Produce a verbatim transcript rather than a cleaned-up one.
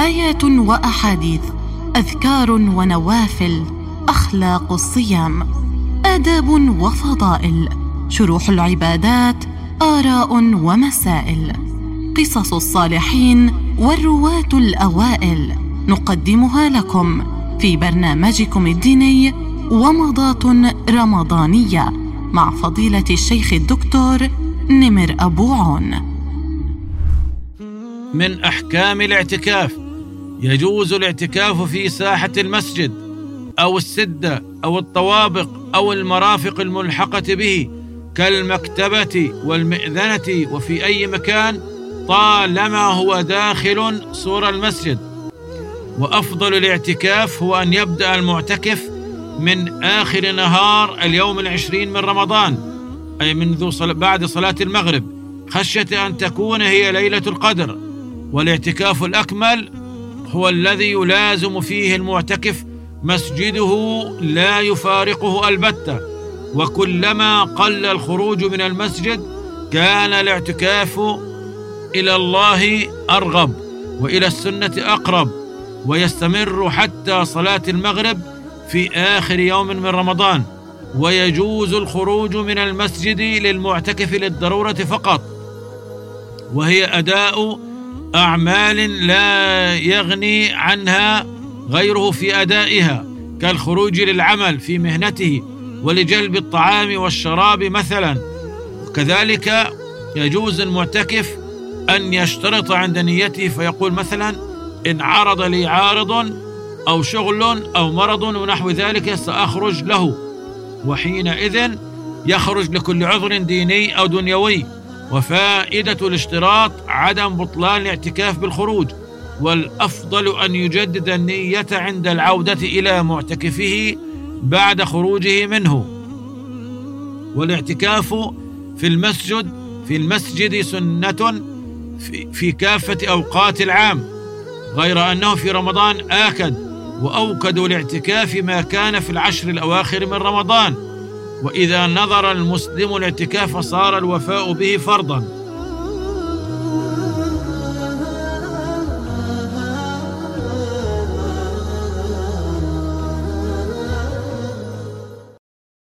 آيات وأحاديث، أذكار ونوافل، أخلاق الصيام، آداب وفضائل، شروح العبادات، آراء ومسائل، قصص الصالحين والرواة الأوائل، نقدمها لكم في برنامجكم الديني ومضات رمضانية مع فضيلة الشيخ الدكتور نمر أبو عون. من أحكام الاعتكاف: يجوز الاعتكاف في ساحة المسجد أو السدة أو الطوابق أو المرافق الملحقة به كالمكتبة والمئذنة وفي أي مكان طالما هو داخل سور المسجد. وأفضل الاعتكاف هو أن يبدأ المعتكف من آخر نهار اليوم العشرين من رمضان، أي منذ صل... بعد صلاة المغرب، خشية أن تكون هي ليلة القدر. والاعتكاف الأكمل هو الذي يلازم فيه المعتكف مسجده لا يفارقه البتة، وكلما قل الخروج من المسجد كان الاعتكاف إلى الله أرغب وإلى السنة أقرب، ويستمر حتى صلاة المغرب في آخر يوم من رمضان. ويجوز الخروج من المسجد للمعتكف للضرورة فقط، وهي أداء أعمال لا يغني عنها غيره في أدائها، كالخروج للعمل في مهنته ولجلب الطعام والشراب مثلا. وكذلك يجوز المعتكف أن يشترط عند نيته فيقول مثلا: إن عرض لي عارض أو شغل أو مرض ونحو ذلك سأخرج له، وحينئذ يخرج لكل عذر ديني أو دنيوي. وفائدة الاشتراط عدم بطلان الاعتكاف بالخروج، والأفضل أن يجدد النية عند العودة إلى معتكفه بعد خروجه منه. والاعتكاف في المسجد في المسجد سنة في, في كافة أوقات العام، غير أنه في رمضان آكد، وأوكد الاعتكاف ما كان في العشر الأواخر من رمضان. وإذا نظر المسلم الاعتكاف صار الوفاء به فرضا.